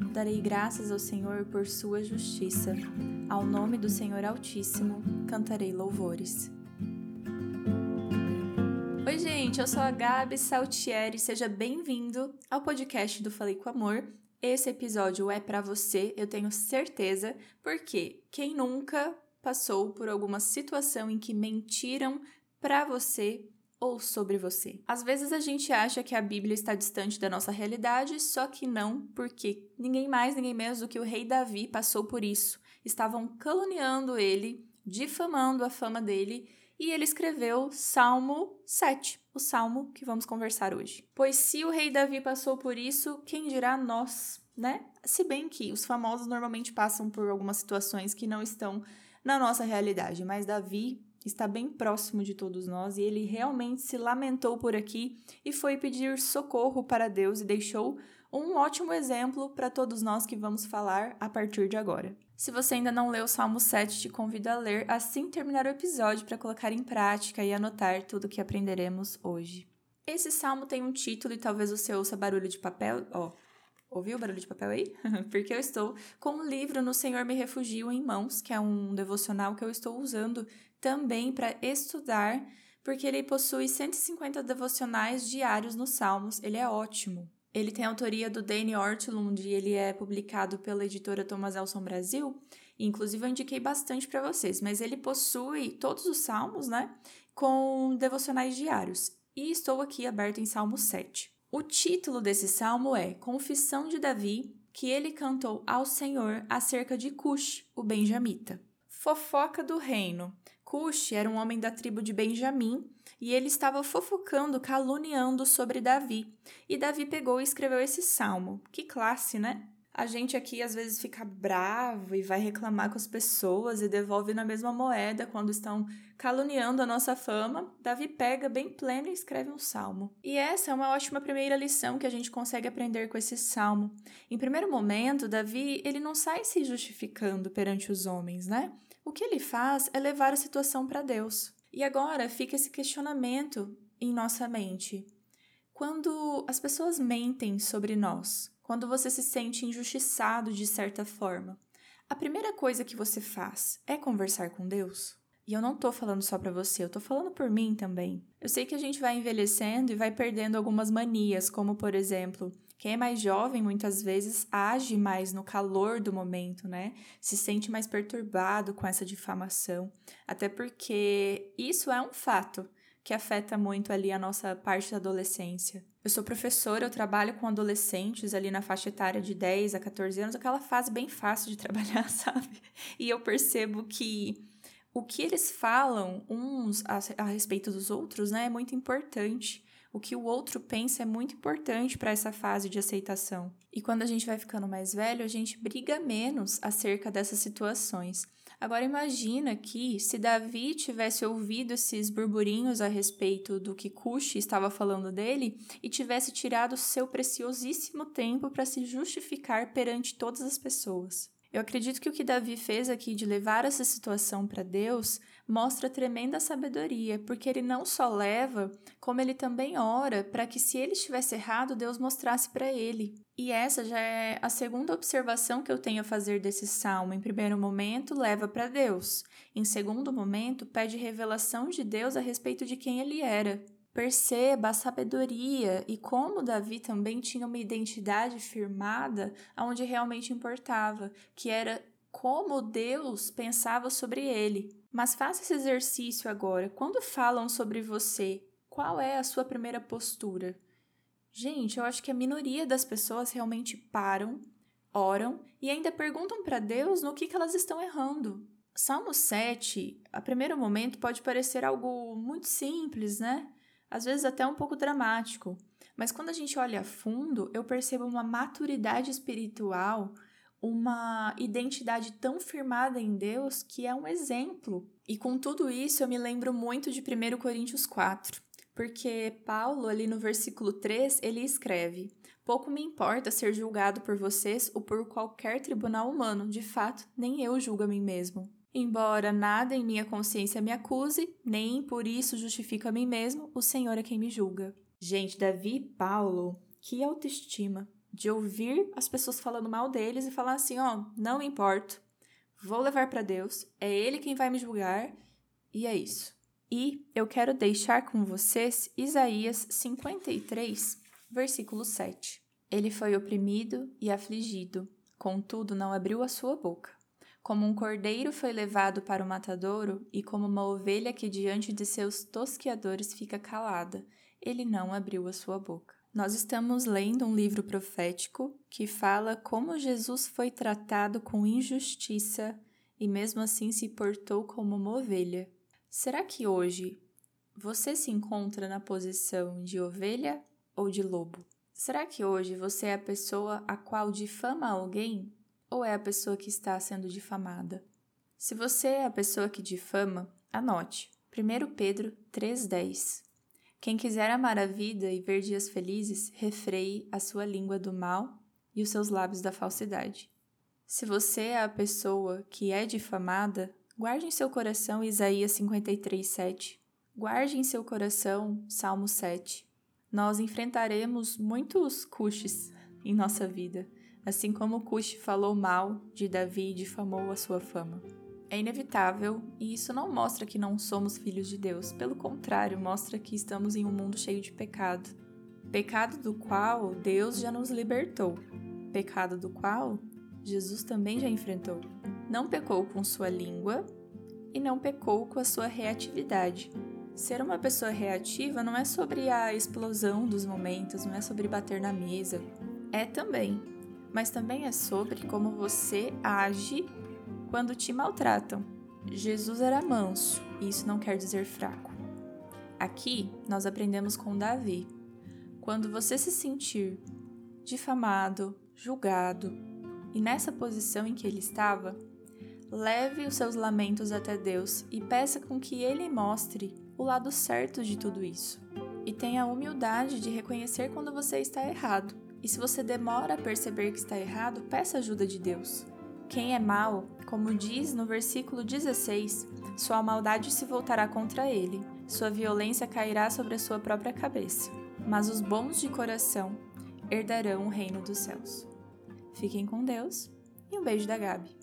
darei graças ao Senhor por sua justiça. Ao nome do Senhor Altíssimo, cantarei louvores. Oi, gente, eu sou a Gabi Saltieri, seja bem-vindo ao podcast do Falei com Amor. Esse episódio é pra você, eu tenho certeza, porque quem nunca passou por alguma situação em que mentiram pra você ou sobre você? Às vezes a gente acha que a Bíblia está distante da nossa realidade, só que não, porque ninguém mais, ninguém menos do que o rei Davi passou por isso. Estavam caluniando ele, difamando a fama dele, e ele escreveu Salmo 7, o salmo que vamos conversar hoje. Pois se o rei Davi passou por isso, quem dirá nós, né? Se bem que os famosos normalmente passam por algumas situações que não estão na nossa realidade, mas Davi está bem próximo de todos nós e ele realmente se lamentou por aqui e foi pedir socorro para Deus e deixou um ótimo exemplo para todos nós que vamos falar a partir de agora. Se você ainda não leu o Salmo 7, te convido a ler assim terminar o episódio para colocar em prática e anotar tudo o que aprenderemos hoje. Esse salmo tem um título e talvez você ouça barulho de papel. Ouviu o barulho de papel aí? Porque eu estou com um livro No Senhor Me Refugio em mãos, que é um devocional que eu estou usando também para estudar, porque ele possui 150 devocionais diários nos Salmos. Ele é ótimo. Ele tem a autoria do Danny Ortlund e ele é publicado pela editora Thomas Nelson Brasil. Inclusive, eu indiquei bastante para vocês, mas ele possui todos os Salmos, né? Com devocionais diários. E estou aqui aberto em Salmo 7. O título desse salmo é Confissão de Davi, que ele cantou ao Senhor acerca de Cush, o benjamita. Fofoca do reino. Cush era um homem da tribo de Benjamim e ele estava fofocando, caluniando sobre Davi. E Davi pegou e escreveu esse salmo. Que classe, né? A gente aqui às vezes fica bravo e vai reclamar com as pessoas e devolve na mesma moeda quando estão caluniando a nossa fama. Davi pega bem pleno e escreve um salmo. E essa é uma ótima primeira lição que a gente consegue aprender com esse salmo. Em primeiro momento, Davi ele não sai se justificando perante os homens, né? O que ele faz é levar a situação para Deus. E agora fica esse questionamento em nossa mente. Quando as pessoas mentem sobre nós, quando você se sente injustiçado de certa forma, a primeira coisa que você faz é conversar com Deus? E eu não tô falando só pra você, eu tô falando por mim também. Eu sei que a gente vai envelhecendo e vai perdendo algumas manias, como por exemplo, quem é mais jovem muitas vezes age mais no calor do momento, né? Se sente mais perturbado com essa difamação, até porque isso é um fato que afeta muito ali a nossa parte da adolescência. Eu sou professora, eu trabalho com adolescentes ali na faixa etária de 10 a 14 anos, aquela fase bem fácil de trabalhar, sabe? E eu percebo que o que eles falam uns a respeito dos outros, né, é muito importante. O que o outro pensa é muito importante para essa fase de aceitação. E quando a gente vai ficando mais velho, a gente briga menos acerca dessas situações. Agora imagina que se Davi tivesse ouvido esses burburinhos a respeito do que Cush estava falando dele e tivesse tirado seu preciosíssimo tempo para se justificar perante todas as pessoas. Eu acredito que o que Davi fez aqui de levar essa situação para Deus mostra tremenda sabedoria, porque ele não só leva, como ele também ora para que se ele estivesse errado, Deus mostrasse para ele. E essa já é a segunda observação que eu tenho a fazer desse salmo. Em primeiro momento, leva para Deus. Em segundo momento, pede revelação de Deus a respeito de quem ele era. Perceba a sabedoria e como Davi também tinha uma identidade firmada onde realmente importava, que era como Deus pensava sobre ele. Mas faça esse exercício agora. Quando falam sobre você, qual é a sua primeira postura? Gente, eu acho que a minoria das pessoas realmente param, oram e ainda perguntam para Deus no que elas estão errando. Salmo 7, a primeiro momento, pode parecer algo muito simples, né? Às vezes até um pouco dramático, mas quando a gente olha a fundo, eu percebo uma maturidade espiritual, uma identidade tão firmada em Deus que é um exemplo. E com tudo isso eu me lembro muito de 1 Coríntios 4, porque Paulo ali no versículo 3, ele escreve: pouco me importa ser julgado por vocês ou por qualquer tribunal humano, de fato, nem eu julgo a mim mesmo. Embora nada em minha consciência me acuse, nem por isso justifico a mim mesmo, o Senhor é quem me julga. Gente, Davi e Paulo, que autoestima. de ouvir as pessoas falando mal deles e falar assim, não me importo, vou levar para Deus, é Ele quem vai me julgar, e é isso. E eu quero deixar com vocês Isaías 53, versículo 7. Ele foi oprimido e afligido, contudo não abriu a sua boca. Como um cordeiro foi levado para o matadouro, e como uma ovelha que diante de seus tosqueadores fica calada, ele não abriu a sua boca. Nós estamos lendo um livro profético que fala como Jesus foi tratado com injustiça e mesmo assim se portou como uma ovelha. Será que hoje você se encontra na posição de ovelha ou de lobo? Será que hoje você é a pessoa a qual difama alguém ou é a pessoa que está sendo difamada? Se você é a pessoa que difama, anote. 1 Pedro 3,10. Quem quiser amar a vida e ver dias felizes, refreie a sua língua do mal e os seus lábios da falsidade. Se você é a pessoa que é difamada, guarde em seu coração Isaías 53,7. Guarde em seu coração Salmo 7. Nós enfrentaremos muitos Cuxes em nossa vida, assim como Cuxi falou mal de Davi e difamou a sua fama. É inevitável e isso não mostra que não somos filhos de Deus, pelo contrário, mostra que estamos em um mundo cheio de pecado. Pecado do qual Deus já nos libertou, pecado do qual Jesus também já enfrentou. Não pecou com sua língua e não pecou com a sua reatividade. Ser uma pessoa reativa não é sobre a explosão dos momentos, não é sobre bater na mesa. É também, mas também é sobre como você age quando te maltratam. Jesus era manso, e isso não quer dizer fraco. Aqui, nós aprendemos com Davi. Quando você se sentir difamado, julgado, e nessa posição em que ele estava, leve os seus lamentos até Deus e peça com que Ele mostre o lado certo de tudo isso. E tenha a humildade de reconhecer quando você está errado. E se você demora a perceber que está errado, peça ajuda de Deus. Quem é mau, como diz no versículo 16, sua maldade se voltará contra ele, sua violência cairá sobre a sua própria cabeça. Mas os bons de coração herdarão o reino dos céus. Fiquem com Deus e um beijo da Gabi.